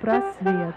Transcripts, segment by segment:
Психпросвет.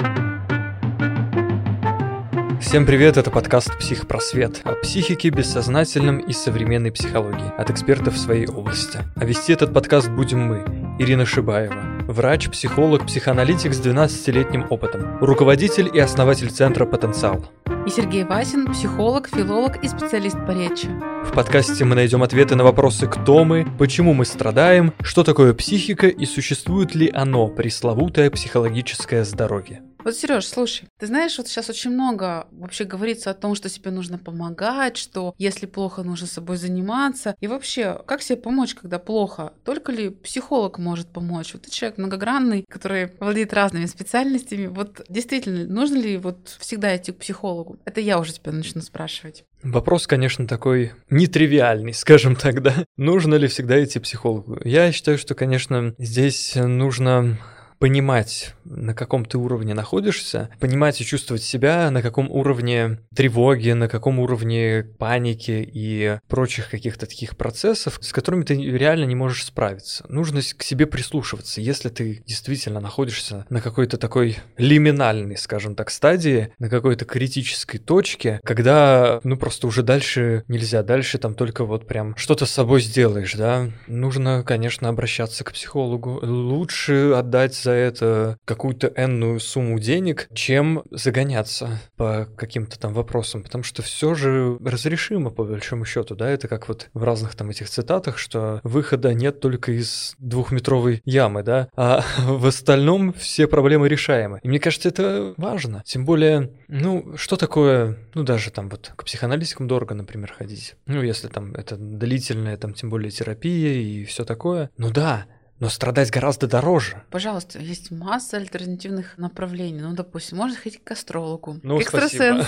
Всем привет, это подкаст «Психпросвет» о психике, бессознательном и современной психологии от экспертов в своей области. А вести этот подкаст будем мы, Ирина Шибаева, врач, психолог, психоаналитик с 12-летним опытом, руководитель и основатель центра «Потенциал». И Сергей Васин, психолог, филолог и специалист по речи. В подкасте мы найдем ответы на вопросы «Кто мы?», «Почему мы страдаем?», «Что такое психика?» и «Существует ли оно, пресловутое психологическое здоровье?». Вот, Сереж, слушай, ты знаешь, вот сейчас очень много вообще говорится о том, что себе нужно помогать, что если плохо, нужно собой заниматься. И вообще, как себе помочь, когда плохо? Только ли психолог может помочь? Вот ты человек многогранный, который владеет разными специальностями. Вот действительно, нужно ли вот всегда идти к психологу? Это я уже тебя начну спрашивать. Вопрос, конечно, такой нетривиальный, скажем так, да? Нужно ли всегда идти к психологу? Я считаю, что, конечно, здесь нужно понимать, на каком ты уровне находишься, понимать и чувствовать себя, на каком уровне тревоги, на каком уровне паники и прочих каких-то таких процессов, с которыми ты реально не можешь справиться. Нужно к себе прислушиваться. Если ты действительно находишься на какой-то такой лиминальной, скажем так, стадии, на какой-то критической точке, когда, просто уже дальше нельзя, дальше там только вот прям что-то с собой сделаешь, да, нужно, конечно, обращаться к психологу. Лучше отдать за это какую-то энную сумму денег, чем загоняться по каким-то там вопросам, потому что все же разрешимо по большому счету, да, это как вот в разных там этих цитатах, что выхода нет только из 2-метровой ямы, да, а в остальном все проблемы решаемы. И мне кажется, это важно, тем более, что такое, даже там вот к психоаналитикам дорого, например, ходить, если там это длительная, там тем более терапия и все такое, но страдать гораздо дороже. Пожалуйста, есть масса альтернативных направлений. Допустим, можно ходить к астрологу, к экстрасенсу.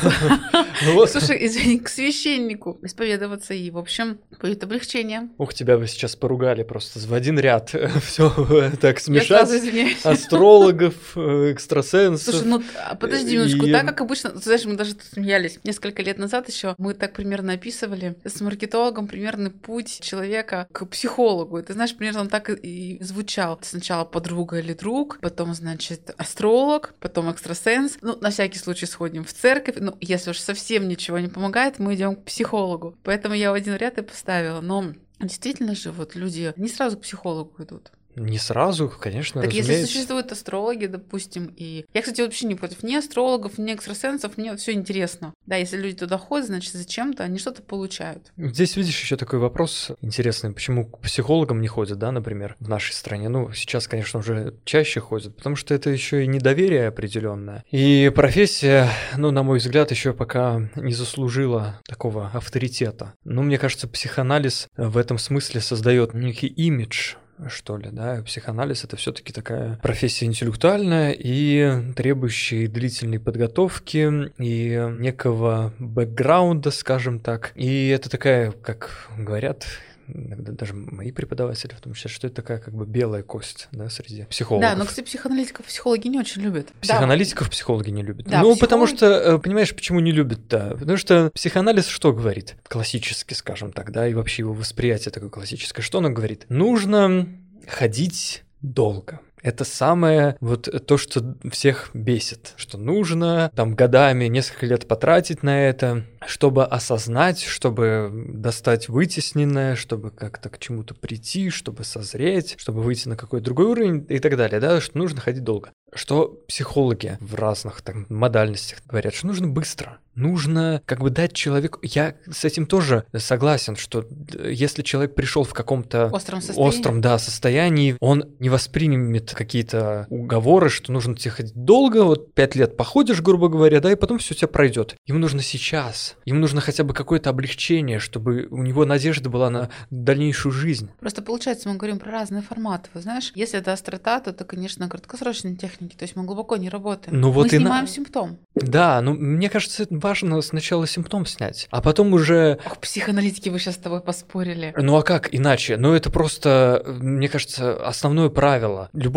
Слушай, извини, к священнику, исповедоваться и, в общем, будет облегчение. Тебя бы сейчас поругали просто в один ряд. Все так смешать. Я сразу извиняюсь. Астрологов, экстрасенсов. Слушай, подожди минуточку. Так, как обычно, ты знаешь, мы даже тут смеялись. Несколько лет назад еще мы так примерно описывали с маркетологом примерный путь человека к психологу. И ты знаешь, примерно он так и звучал. Сначала подруга или друг, потом, астролог, потом экстрасенс. На всякий случай сходим в церковь. Если уж совсем ничего не помогает, мы идем к психологу. Поэтому я в один ряд и поставила. Но действительно же, люди не сразу к психологу идут. Не сразу, конечно, так разумеется. Если существуют астрологи, допустим, и... Я, кстати, вообще не против ни астрологов, ни экстрасенсов, мне все интересно. Да, если люди туда ходят, значит, зачем-то они что-то получают. Здесь, видишь, еще такой вопрос интересный. Почему к психологам не ходят, да, например, в нашей стране? Сейчас, конечно, уже чаще ходят, потому что это еще и недоверие определенное. И профессия, на мой взгляд, еще пока не заслужила такого авторитета. Мне кажется, психоанализ в этом смысле создает некий имидж, что ли, да, психоанализ — это все-таки такая профессия интеллектуальная и требующая длительной подготовки и некого бэкграунда, скажем так. И это такая, как говорят иногда даже мои преподаватели, в том числе, что это такая как бы белая кость, да, среди психологов. Да, но, кстати, психоаналитиков психологи не очень любят. Психоаналитиков психологи не любят. Да, потому что, понимаешь, почему не любят-то? Потому что психоанализ что говорит? Классически, скажем так, да, и вообще его восприятие такое классическое. Что оно говорит? Нужно ходить долго. Это самое то, что всех бесит, что нужно там годами, несколько лет потратить на это, чтобы осознать, чтобы достать вытесненное, чтобы как-то к чему-то прийти, чтобы созреть, чтобы выйти на какой-то другой уровень и так далее, да, что нужно ходить долго. Что психологи в разных модальностях говорят, что нужно быстро. Нужно дать человеку... Я с этим тоже согласен, что если человек пришел в каком-то остром состоянии, он не воспримет какие-то уговоры, что нужно тебе ходить долго, 5 лет походишь, грубо говоря, да, и потом все у тебя пройдет. Ему нужно сейчас. Ему нужно хотя бы какое-то облегчение, чтобы у него надежда была на дальнейшую жизнь. Просто получается, мы говорим про разные форматы. Вы знаешь, если это острота, то это, конечно, краткосрочные техники, то есть мы глубоко не работаем. Мы снимаем симптом. Да, мне кажется, важно сначала симптом снять, а потом уже... Психоаналитики бы сейчас с тобой поспорили. А как иначе? Это просто, мне кажется, основное правило любого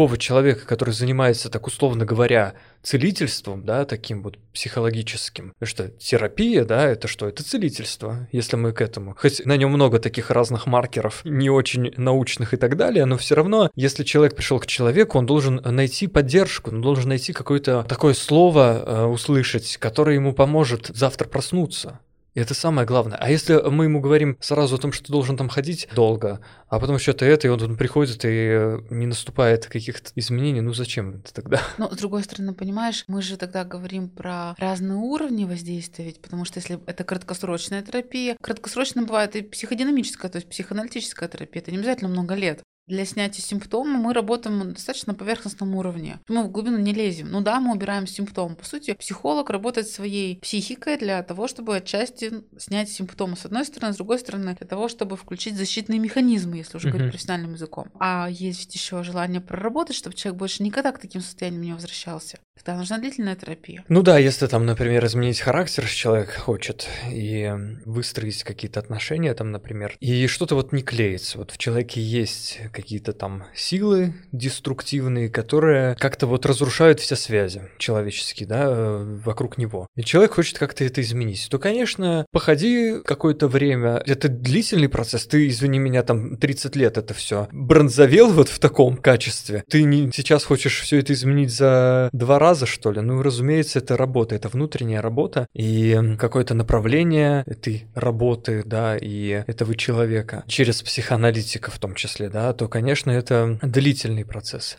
любого человека, который занимается, так условно говоря, целительством, да, таким вот психологическим. Потому что терапия, да, это что? Это целительство, если мы к этому. Хоть на нем много таких разных маркеров, не очень научных и так далее, но все равно, если человек пришел к человеку, он должен найти поддержку, он должен найти какое-то такое слово услышать, которое ему поможет завтра проснуться. И это самое главное. А если мы ему говорим сразу о том, что должен там ходить долго, а потом что-то это, и он приходит, и не наступает каких-то изменений, ну зачем это тогда? Но, с другой стороны, понимаешь, мы же тогда говорим про разные уровни воздействия, ведь, потому что если это краткосрочная терапия, краткосрочно бывает и психодинамическая, то есть психоаналитическая терапия, это не обязательно много лет. Для снятия симптома мы работаем на достаточно поверхностном уровне. Мы в глубину не лезем. Ну да, мы убираем симптом. По сути, психолог работает своей психикой для того, чтобы отчасти снять симптомы с одной стороны, с другой стороны, для того, чтобы включить защитные механизмы, если уже говорить профессиональным языком. А есть ведь еще желание проработать, чтобы человек больше никогда к таким состояниям не возвращался. Тогда нужна длительная терапия. Ну да, если там, например, изменить характер человек хочет и выстроить какие-то отношения там, например, и что-то вот не клеится. Вот в человеке есть какие-то там силы деструктивные, которые как-то вот разрушают все связи человеческие, да, вокруг него. И человек хочет как-то это изменить. То, конечно, походи какое-то время. Это длительный процесс. Ты, извини меня, там 30 лет это все бронзовел вот в таком качестве. Ты не сейчас хочешь все это изменить за 2 раза, что ли? Ну, разумеется, это работа, это внутренняя работа и какое-то направление этой работы, да, и этого человека через психоаналитика в том числе, да, то, конечно, это длительный процесс.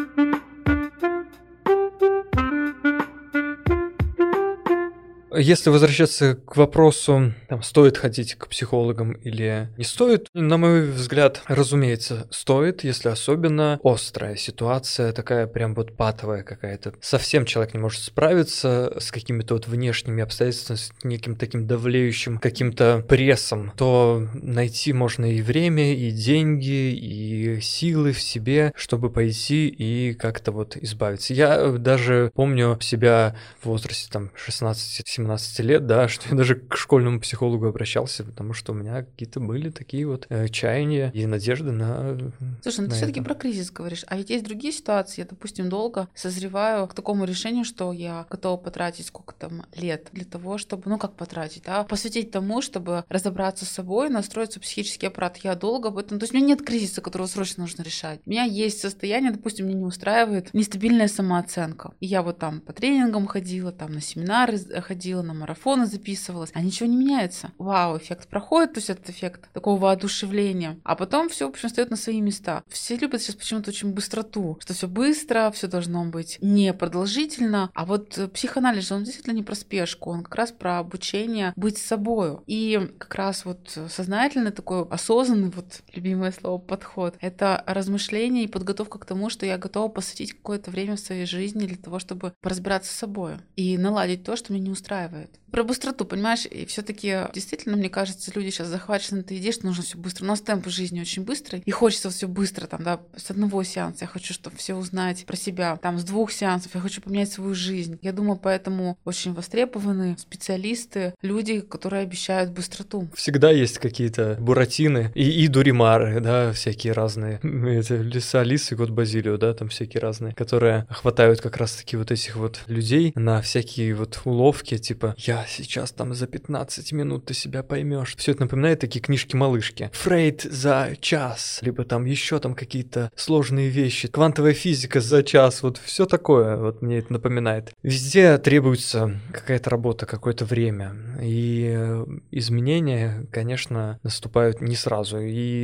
Если возвращаться к вопросу, там, стоит ходить к психологам или не стоит, на мой взгляд, разумеется, стоит, если особенно острая ситуация, такая прям вот патовая какая-то. Совсем человек не может справиться с какими-то вот внешними обстоятельствами, с неким таким давлеющим каким-то прессом, то найти можно и время, и деньги, и силы в себе, чтобы пойти и как-то вот избавиться. Я даже помню себя в возрасте там 16-17 лет, да, что я даже к школьному психологу обращался, потому что у меня какие-то были такие вот чаяния и надежды на... Слушай, ну ты все-таки про кризис говоришь, а ведь есть другие ситуации. Я, допустим, долго созреваю к такому решению, что я готова потратить сколько там лет для того, чтобы, ну как потратить, да, посвятить тому, чтобы разобраться с собой, настроиться в психический аппарат. Я долго об этом... То есть у меня нет кризиса, которого срочно нужно решать. У меня есть состояние, допустим, мне не устраивает нестабильная самооценка. И я вот там по тренингам ходила, там на семинары ходила, на марафоны записывалась, а ничего не меняется. Вау, эффект проходит, то есть этот эффект такого воодушевления. А потом все, в общем, встает на свои места. Все любят сейчас почему-то очень быстроту, что все быстро, все должно быть не продолжительно. А вот психоанализ, он действительно не про спешку, он как раз про обучение быть собою. И как раз вот сознательный такой, осознанный, вот любимое слово, подход, это размышление и подготовка к тому, что я готова посвятить какое-то время в своей жизни для того, чтобы поразбираться с собой и наладить то, что меня не устраивает. Про быстроту, понимаешь, и все-таки действительно, мне кажется, люди сейчас захвачены этой идеей, что нужно все быстро. У нас темп жизни очень быстрый, и хочется все быстро, там, да, с одного сеанса я хочу, чтобы все узнать про себя, там, с 2 сеансов я хочу поменять свою жизнь. Я думаю, поэтому очень востребованы специалисты, люди, которые обещают быстроту. Всегда есть какие-то буратины и дуримары, да, всякие разные, эти Алиса и Кот Базилио, да, там всякие разные, которые хватают как раз-таки вот этих вот людей на всякие вот уловки, типа я сейчас там за 15 минут ты себя поймешь. Все это напоминает такие книжки-малышки. Фрейд за час, либо там еще там какие-то сложные вещи. Квантовая физика за час. Вот все такое вот мне это напоминает. Везде требуется какая-то работа, какое-то время. И изменения, конечно, наступают не сразу.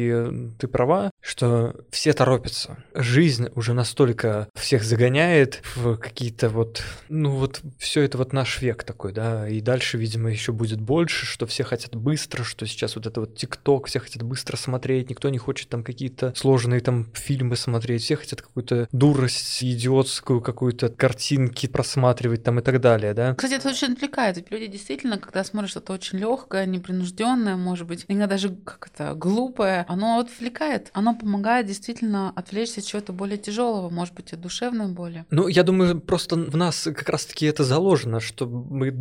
И ты права, что все торопятся. Жизнь уже настолько всех загоняет в какие-то вот, ну вот все это вот наш век такой, да, и дальше, видимо, еще будет больше, что все хотят быстро, что сейчас вот это вот ТикТок, все хотят быстро смотреть, никто не хочет там какие-то сложные там фильмы смотреть, все хотят какую-то дурость, идиотскую какую-то картинки просматривать там и так далее, да. Кстати, это очень отвлекает, ведь люди действительно, когда смотрят что-то очень легкое, непринужденное, может быть, иногда даже как-то глупое, оно отвлекает, оно помогает действительно отвлечься от чего-то более тяжелого, может быть, от душевной боли. Ну, я думаю, просто в нас как раз-таки это заложено, что мы думаем,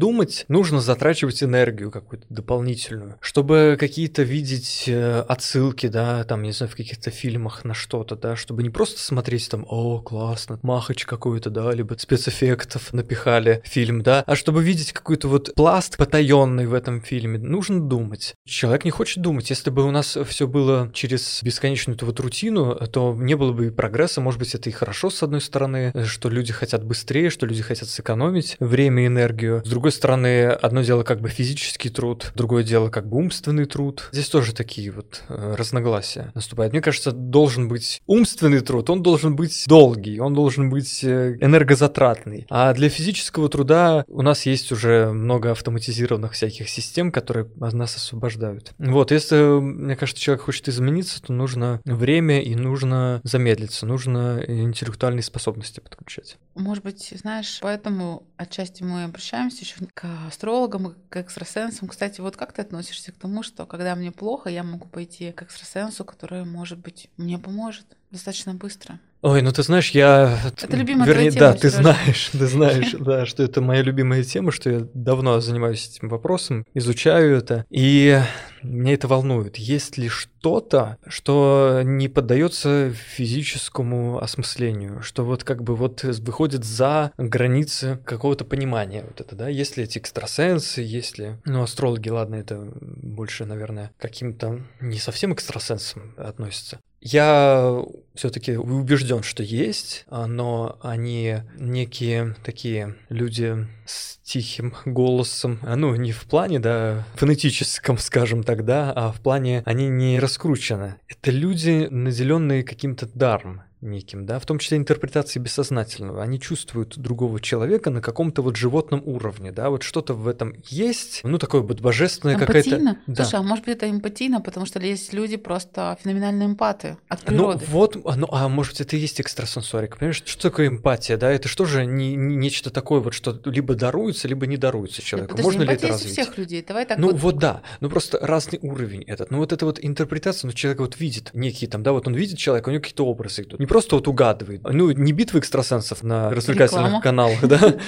думать, нужно затрачивать энергию какую-то дополнительную, чтобы какие-то видеть отсылки, да, там, не знаю, в каких-то фильмах на что-то, да, чтобы не просто смотреть там, о, классно, махач какой-то, да, либо спецэффектов напихали в фильм, да, а чтобы видеть какой-то вот пласт потаенный в этом фильме, нужно думать. Человек не хочет думать. Если бы у нас все было через бесконечную эту вот рутину, то не было бы и прогресса. Может быть, это и хорошо, с одной стороны, что люди хотят быстрее, что люди хотят сэкономить время и энергию. С другой стороны, одно дело как бы физический труд, другое дело как бы умственный труд. Здесь тоже такие вот разногласия наступают. Мне кажется, должен быть умственный труд, он должен быть долгий, он должен быть энергозатратный. А для физического труда у нас есть уже много автоматизированных всяких систем, которые нас освобождают. Вот, если, мне кажется, человек хочет измениться, то нужно время и нужно замедлиться, нужно интеллектуальные способности подключать. Может быть, знаешь, поэтому отчасти мы обращаемся еще к астрологам, к экстрасенсам. Кстати, вот как ты относишься к тому, что когда мне плохо, я могу пойти к экстрасенсу, который, может быть, мне поможет достаточно быстро? Ой, ну ты знаешь, я... Это любимая твоя тема, да, ты знаешь, да, что это моя любимая тема, что я давно занимаюсь этим вопросом, изучаю это, и меня это волнует. Есть ли что-то, что не поддается физическому осмыслению, что вот как бы вот выходит за границы какого-то понимания вот это, да? Есть ли эти экстрасенсы, есть ли... Ну, астрологи, ладно, это больше, наверное, каким-то не совсем экстрасенсам относится. Я все-таки убежден, что есть, но они некие такие люди с тихим голосом, ну, не в плане, да, фонетическом, скажем так, да, а в плане они не раскручены. Это люди, наделенные каким-то даром неким, да, в том числе интерпретации бессознательного. Они чувствуют другого человека на каком-то вот животном уровне, да, вот что-то в этом есть, ну, такое вот божественное какая-то... Эмпатийно? Да. Слушай, а может быть, это эмпатийно, потому что есть люди просто феноменальные эмпаты от природы. Ну, вот, а может быть, это и есть экстрасенсорика, понимаешь, что такое эмпатия, да, это что же не нечто такое вот, что либо даруется, либо не даруется человеку. Подожди, можно ли это эмпатия есть у развить? всех людей, давай так Ну вот... вот да, ну просто разный уровень этот. Ну вот это вот интерпретация, ну человек вот видит некие там, да, вот он видит человека, у него какие-то образы идут. Не просто вот угадывает, ну не битвы экстрасенсов на развлекательных Реклама. каналах, да,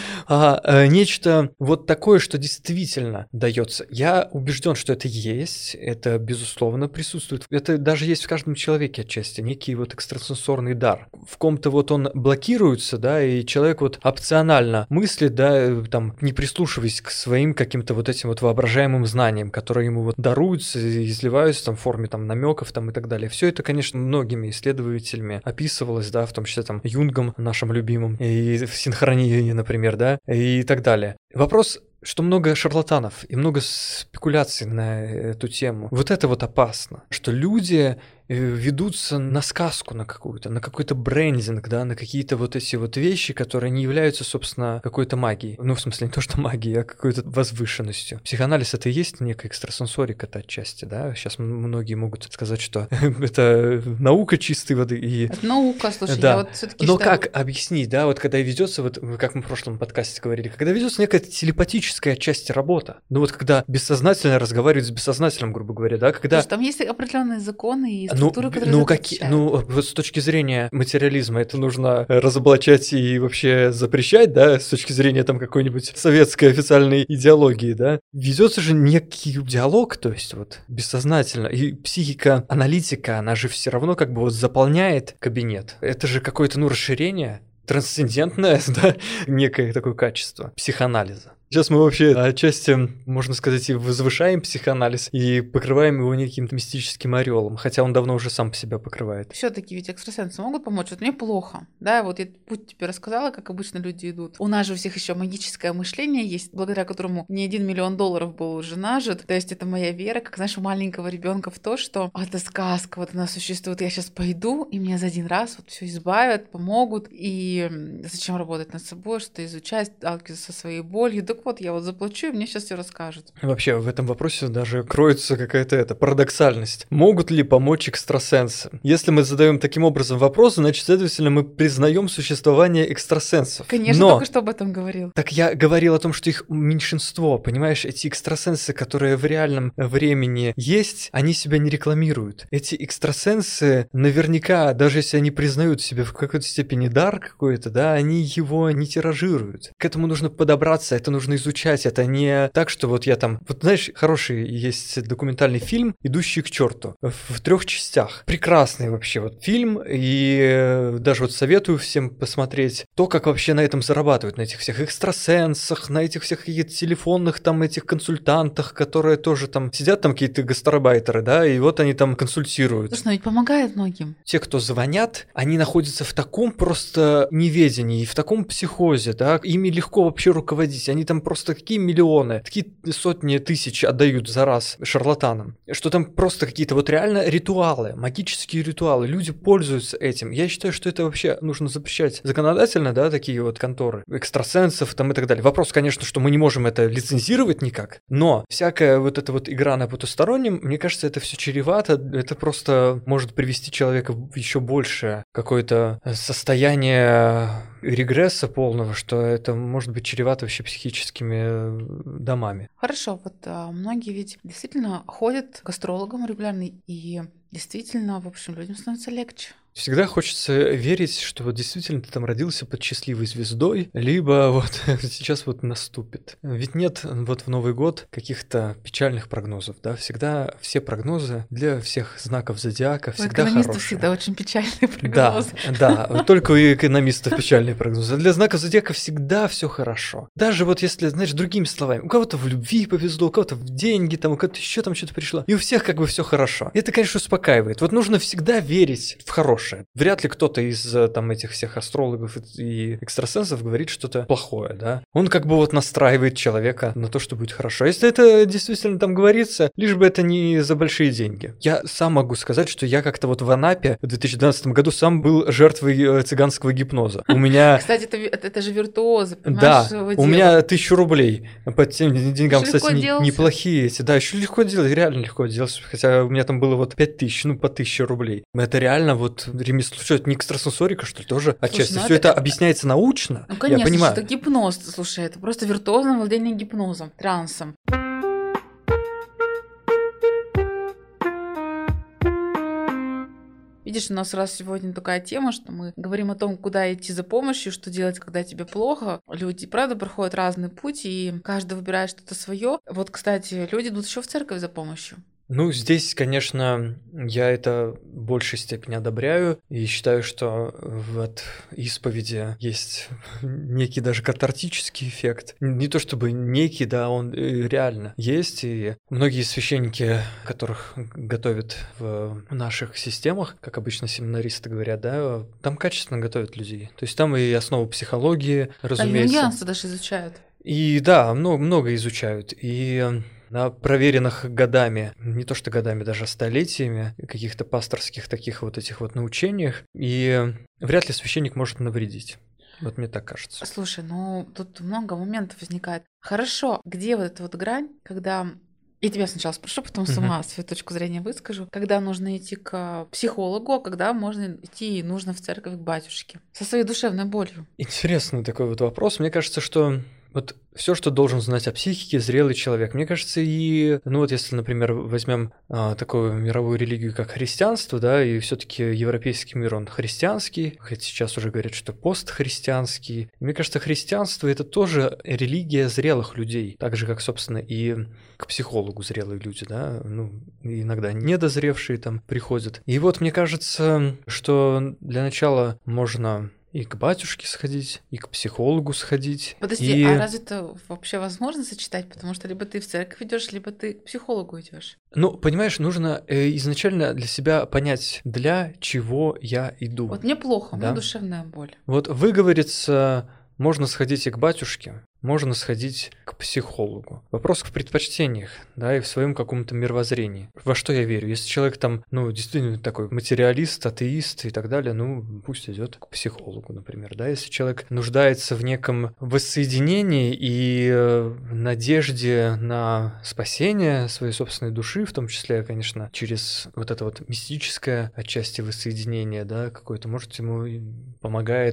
а нечто вот такое, что действительно дается. Я убежден, что это есть, это безусловно присутствует. Это даже есть в каждом человеке отчасти, некий вот экстрасенсорный дар. В ком-то вот он блокируется, да, и человек вот опционально мыслит, да, там, не прислушиваясь к своим каким-то вот этим вот воображаемым знаниям, которые ему вот даруются, изливаются там в форме там намеков там и так далее. Все это, конечно, многими исследователями описывалось, да, в том числе там Юнгом, нашим любимым, и в синхронии, например, да, и так далее. Вопрос, что много шарлатанов и много спекуляций на эту тему. Вот это вот опасно, что люди ведутся на сказку на какую-то, на какой-то брендинг, да, на какие-то вот эти вот вещи, которые не являются, собственно, какой-то магией. Ну, в смысле, не то, что магией, а какой-то возвышенностью. Психоанализ — это и есть некая экстрасенсорика-то отчасти, да. Сейчас многие могут сказать, что это наука чистой воды. И... Это наука, слушай, да. я вот всё-таки Но считаю... как объяснить, да, вот когда ведется, вот как мы в прошлом подкасте говорили, когда ведется некая телепатическая отчасти работа, ну вот когда бессознательно разговаривает с бессознательным, грубо говоря, да, когда... Слушай, там есть определенные законы и структуры, которые отвечают. вот с точки зрения материализма это нужно разоблачать и вообще запрещать, да, с точки зрения там какой-нибудь советской официальной идеологии, да. Ведется же некий диалог, то есть вот бессознательно, и психика-аналитика, она же все равно как бы вот заполняет кабинет. Это же какое-то, ну, расширение, трансцендентное, да, некое такое качество психоанализа. Сейчас мы вообще отчасти, можно сказать, и возвышаем психоанализ и покрываем его неким мистическим ореолом, хотя он давно уже сам себя покрывает. Все-таки ведь экстрасенсы могут помочь. Вот мне плохо, да, вот я путь тебе рассказала, как обычно люди идут. У нас же у всех еще магическое мышление есть, благодаря которому не $1 миллион был уже нажит. То есть это моя вера, как, знаешь, у маленького ребенка в то, что это сказка, вот она существует, я сейчас пойду, и меня за один раз вот все избавят, помогут. И зачем работать над собой, что-то изучать, сталкиваться со своей болью. Так вот, я вот заплачу, и мне сейчас все расскажут. Вообще, в этом вопросе даже кроется какая-то парадоксальность. Могут ли помочь экстрасенсы? Если мы задаем таким образом вопрос, значит, следовательно, мы признаем существование экстрасенсов. Конечно, Но... только что об этом говорил. Так я говорил о том, что их меньшинство, понимаешь, эти экстрасенсы, которые в реальном времени есть, они себя не рекламируют. Эти экстрасенсы наверняка, даже если они признают себе в какой-то степени дар какой-то, да, они его не тиражируют. К этому нужно подобраться, это нужно нужно изучать. Это не так, что вот я там... Вот знаешь, хороший есть документальный фильм «Идущий к черту» в 3 частях. Прекрасный вообще вот фильм, и даже вот советую всем посмотреть то, как вообще на этом зарабатывают, на этих всех экстрасенсах, на этих всех каких-то телефонных там этих консультантах, которые тоже там сидят там какие-то гастарбайтеры, да, и вот они там консультируют. Слушай, ну ведь помогает многим. Те, кто звонят, они находятся в таком просто неведении, в таком психозе, да, ими легко вообще руководить, они там просто такие миллионы, такие сотни тысяч отдают за раз шарлатанам, что там просто какие-то вот реально ритуалы, магические ритуалы, люди пользуются этим. Я считаю, что это вообще нужно запрещать законодательно, да, такие вот конторы, экстрасенсов там и так далее. Вопрос, конечно, что мы не можем это лицензировать никак, но всякая вот эта вот игра на потустороннем, мне кажется, это все чревато, это просто может привести человека в еще большее какое-то состояние регресса полного, что это может быть чревато вообще психическими домами. Хорошо, вот многие ведь действительно ходят к астрологам регулярно, и действительно, в общем, людям становится легче. Всегда хочется верить, что вот действительно ты там родился под счастливой звездой, либо вот сейчас вот наступит. Ведь нет вот в Новый год каких-то печальных прогнозов, да? Всегда все прогнозы для всех знаков зодиака всегда хорошие. У экономистов всегда очень печальные прогнозы. Да, только у экономистов печальные прогнозы. Для знаков зодиака всегда все хорошо. Даже вот если, знаешь, другими словами, у кого-то в любви повезло, у кого-то в деньги, там, у кого-то еще там что-то пришло, и у всех как бы все хорошо. И это, конечно, успокаивает. Вот нужно всегда верить в хорошее. Вряд ли кто-то из там этих всех астрологов и экстрасенсов говорит что-то плохое, да. Он как бы вот настраивает человека на то, что будет хорошо. Если это действительно там говорится, лишь бы это не за большие деньги. Я сам могу сказать, что я как-то вот в Анапе в 2012 году сам был жертвой цыганского гипноза. У меня... Кстати, это же виртуозы, понимаешь? Да, у меня 1000 рублей по тем деньгам, кстати, неплохие эти. Да, еще легко делать, реально легко делать. Хотя у меня там было вот 5000, ну по 1000 рублей. Это реально вот ремесло. Что, это не экстрасенсорика, что ли, тоже? Отчасти. Слушай, все это объясняется научно. Ну, конечно, я понимаю. это гипноз, слушай, это просто виртуозное владение гипнозом, трансом. Видишь, у нас раз сегодня такая тема, что мы говорим о том, куда идти за помощью, что делать, когда тебе плохо. Люди, правда, проходят разный путь, и каждый выбирает что-то свое. Вот, кстати, люди идут еще в церковь за помощью. Ну, здесь, конечно, я это в большей степени одобряю и считаю, что от исповеди есть некий даже катартический эффект. Не то чтобы некий, да, он реально есть, и многие священники, которых готовят в наших системах, как обычно семинаристы говорят, да, там качественно готовят людей. То есть там и основу психологии, разумеется. Да, юнгианство даже изучают. И да, много изучают, и... на проверенных годами, не то что годами, даже столетиями, каких-то пасторских таких вот этих вот научениях, и вряд ли священник может навредить. Вот мне так кажется. Слушай, ну тут много моментов возникает. Хорошо, где вот эта вот грань, когда... Я тебя сначала спрошу, потом сама свою точку зрения выскажу. Когда нужно идти к психологу, а когда можно идти и нужно в церковь к батюшке со своей душевной болью? Интересный такой вот вопрос. Мне кажется, что вот все, что должен знать о психике зрелый человек. Мне кажется, и, ну вот если, например, возьмем такую мировую религию, как христианство, да, и все-таки европейский мир, он христианский, хоть сейчас уже говорят, что постхристианский. Мне кажется, христианство — это тоже религия зрелых людей, так же, как, собственно, и к психологу зрелые люди, да, ну, иногда недозревшие там приходят. И вот мне кажется, что для начала можно... и к батюшке сходить, и к психологу сходить. Подожди, а разве это вообще возможно сочетать? Потому что либо ты в церковь идешь, либо ты к психологу идешь. Ну, понимаешь, нужно изначально для себя понять, для чего я иду. Вот мне плохо, у меня душевная боль. Вот выговориться можно сходить и к батюшке, можно сходить к психологу. Вопрос в предпочтениях, да, и в своем каком-то мировоззрении. Во что я верю? Если человек там, ну, действительно такой материалист, атеист и так далее, ну, пусть идет к психологу, например, да. Если человек нуждается в неком воссоединении и надежде на спасение своей собственной души, в том числе, конечно, через вот это вот мистическое отчасти воссоединение, да, какое-то, может, ему помогает вот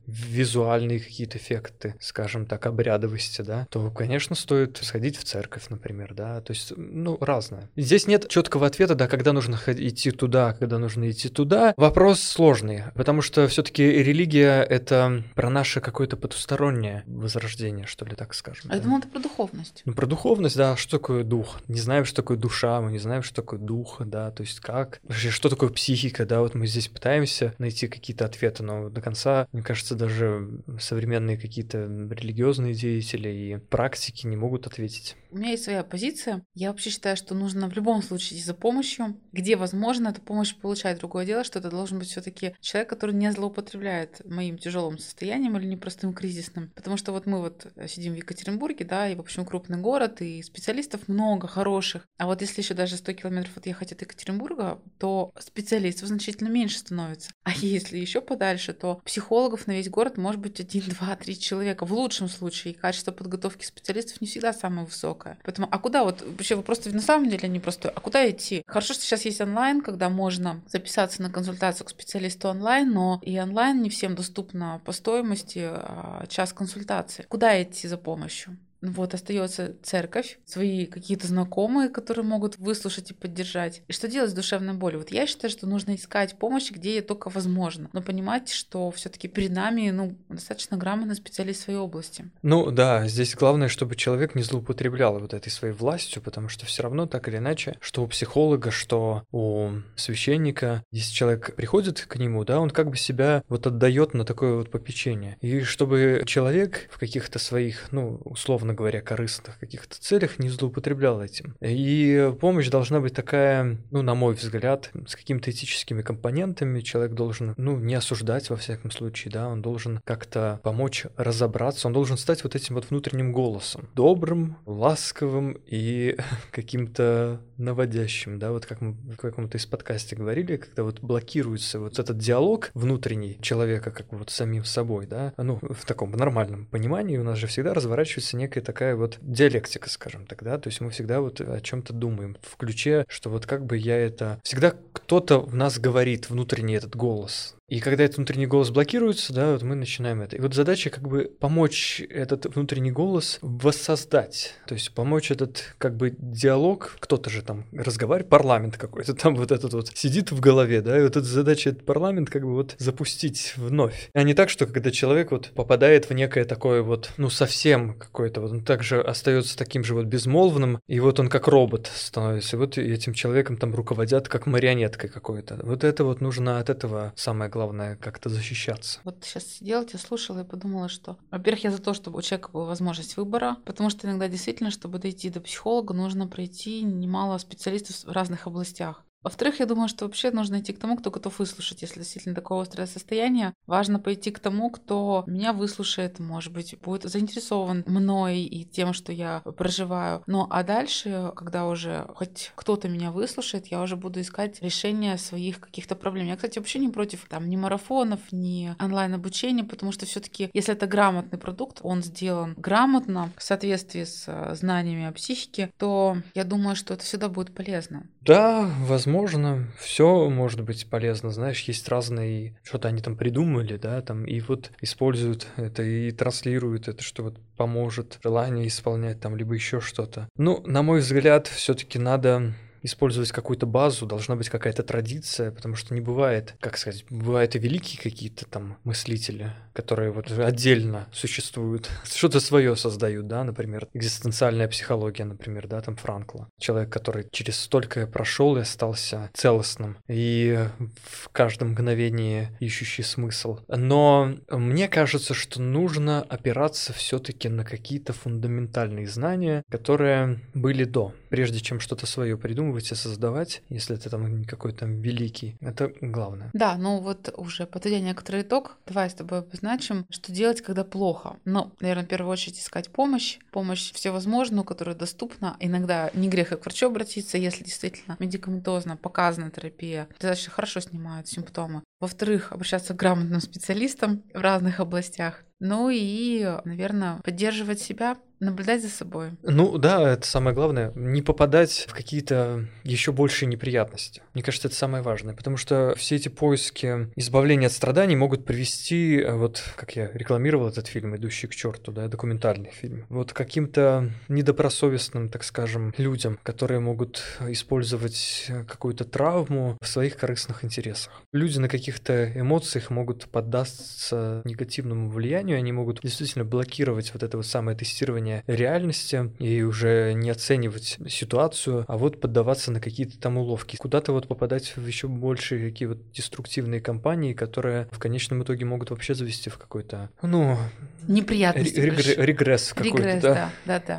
визуальные какие-то эффекты, скажем так, обрядовости, да, то, конечно, стоит сходить в церковь, например, да, то есть, разное. Здесь нет четкого ответа, да, когда нужно идти туда, когда нужно идти туда. Вопрос сложный, потому что все-таки религия — это про наше какое-то потустороннее возрождение, что ли, так скажем. Я думала, это про духовность. Про духовность, да, что такое дух? Не знаем, что такое душа, мы не знаем, что такое дух, да, то есть как? Вообще, что такое психика, да, вот мы здесь пытаемся найти какие-то ответы, но до конца, мне кажется, даже современные какие-то религиозные деятели и практики не могут ответить. У меня есть своя позиция. Я вообще считаю, что нужно в любом случае идти за помощью. Где возможно эту помощь получать. Другое дело, что это должен быть все-таки человек, который не злоупотребляет моим тяжелым состоянием или непростым кризисным. Потому что вот мы сидим в Екатеринбурге, да, и, в общем, крупный город, и специалистов много хороших. А вот если еще даже 100 километров отъехать от Екатеринбурга, то специалистов значительно меньше становится. А если еще подальше, то психологов на весь город может быть 1, 2, 3 человека. В лучшем случае. И качество подготовки специалистов не всегда самое высокое. Поэтому, а куда вообще вопрос на самом деле непростой. А куда идти? Хорошо, что сейчас есть онлайн, когда можно записаться на консультацию к специалисту онлайн, но и онлайн не всем доступно по стоимости час консультации. Куда идти за помощью? Вот остается церковь, свои какие-то знакомые, которые могут выслушать и поддержать. И что делать с душевной болью? Вот я считаю, что нужно искать помощь, где только возможно. Но понимать, что все-таки перед нами достаточно грамотный специалист в своей области. Да, здесь главное, чтобы человек не злоупотреблял вот этой своей властью, потому что все равно так или иначе, что у психолога, что у священника, если человек приходит к нему, да, он как бы себя отдает на такое попечение. И чтобы человек в каких-то своих, условно говоря, корыстных каких-то целях не злоупотреблял этим. И помощь должна быть такая, на мой взгляд, с какими-то этическими компонентами. Человек должен, не осуждать во всяком случае, да, он должен как-то помочь разобраться, он должен стать вот этим внутренним голосом, добрым, ласковым и каким-то наводящим, да, как мы в каком-то из подкасте говорили, когда блокируется этот диалог внутренний человека, как с самим собой, да, в таком нормальном понимании у нас же всегда разворачивается некая такая диалектика, скажем так, да, то есть мы всегда о чем-то думаем в ключе, что как бы я это... Всегда кто-то в нас говорит, внутренний этот голос. И когда этот внутренний голос блокируется, да, мы начинаем это. И задача как бы помочь этот внутренний голос воссоздать. То есть помочь этот как бы диалог, кто-то же там разговаривает, парламент какой-то там этот сидит в голове, да, и эта задача этот парламент как бы запустить вновь. А не так, что когда человек попадает в некое такое совсем какое-то, он также остается таким же безмолвным, и он как робот становится, и этим человеком там руководят как марионеткой какой-то. Это нужно от этого самое главное как-то защищаться. Сейчас сидела, тебя слушала и подумала, что, во-первых, я за то, чтобы у человека была возможность выбора, потому что иногда действительно, чтобы дойти до психолога, нужно пройти немало специалистов в разных областях. Во-вторых, я думаю, что вообще нужно идти к тому, кто готов выслушать. Если действительно такое острое состояние, важно пойти к тому, кто меня выслушает, может быть, будет заинтересован мной и тем, что я проживаю. А дальше, когда уже хоть кто-то меня выслушает, я уже буду искать решение своих каких-то проблем. Я, кстати, вообще не против ни марафонов, ни онлайн-обучения, потому что все-таки, если это грамотный продукт, он сделан грамотно, в соответствии с знаниями о психике, то я думаю, что это всегда будет полезно. Да, возможно, все может быть полезно. Знаешь, есть разные, что-то они там придумали, да, там, и используют это и транслируют это, что поможет желание исполнять там, либо еще что-то. На мой взгляд, все-таки надо использовать какую-то базу, должна быть какая-то традиция, потому что не бывает, как сказать, бывают и великие какие-то там мыслители, которые отдельно существуют, что-то свое создают, да, например, экзистенциальная психология, например, да, там Франкла. Человек, который через столько прошел и остался целостным, и в каждом мгновении ищущий смысл. Но мне кажется, что нужно опираться все-таки на какие-то фундаментальные знания, которые были прежде чем что-то свое придумывать и создавать, если ты там какой-то великий. Это главное. Да, уже подведя некоторый итог, давай с тобой обозначим, что делать, когда плохо. Наверное, в первую очередь искать помощь всевозможную, которая доступна. Иногда не грех и к врачу обратиться, если действительно медикаментозно показана терапия. Достаточно хорошо снимают симптомы. Во-вторых, обращаться к грамотным специалистам в разных областях. И, наверное, поддерживать себя, Наблюдать за собой. Ну да, это самое главное. Не попадать в какие-то еще большие неприятности. Мне кажется, это самое важное. Потому что все эти поиски избавления от страданий могут привести, вот как я рекламировал этот фильм «Идущий к черту», да, документальный фильм, вот каким-то недобросовестным, так скажем, людям, которые могут использовать какую-то травму в своих корыстных интересах. Люди на каких-то эмоциях могут поддаться негативному влиянию, они могут действительно блокировать вот это вот самое тестирование реальности и уже не оценивать ситуацию, а вот поддаваться на какие-то там уловки. Куда-то вот попадать в еще большие такие вот деструктивные кампании, которые в конечном итоге могут вообще завести в какой-то, ну... Неприятности. Регресс какой-то, Регресс, да.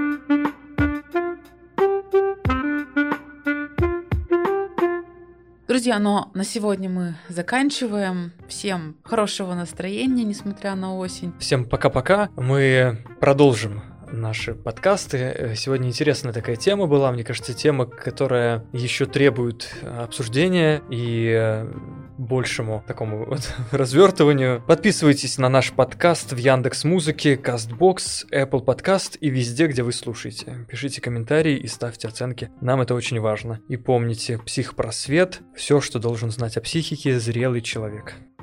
Друзья, но на сегодня мы заканчиваем. Всем хорошего настроения, несмотря на осень. Всем пока-пока. Мы продолжим наши подкасты. Сегодня интересная такая тема была. Мне кажется, тема, которая еще требует обсуждения и большему такому вот развертыванию. Подписывайтесь на наш подкаст в Яндекс.Музыке, Castbox, Apple Podcast и везде, где вы слушаете. Пишите комментарии и ставьте оценки. Нам это очень важно. И помните, психпросвет – все, что должен знать о психике зрелый человек.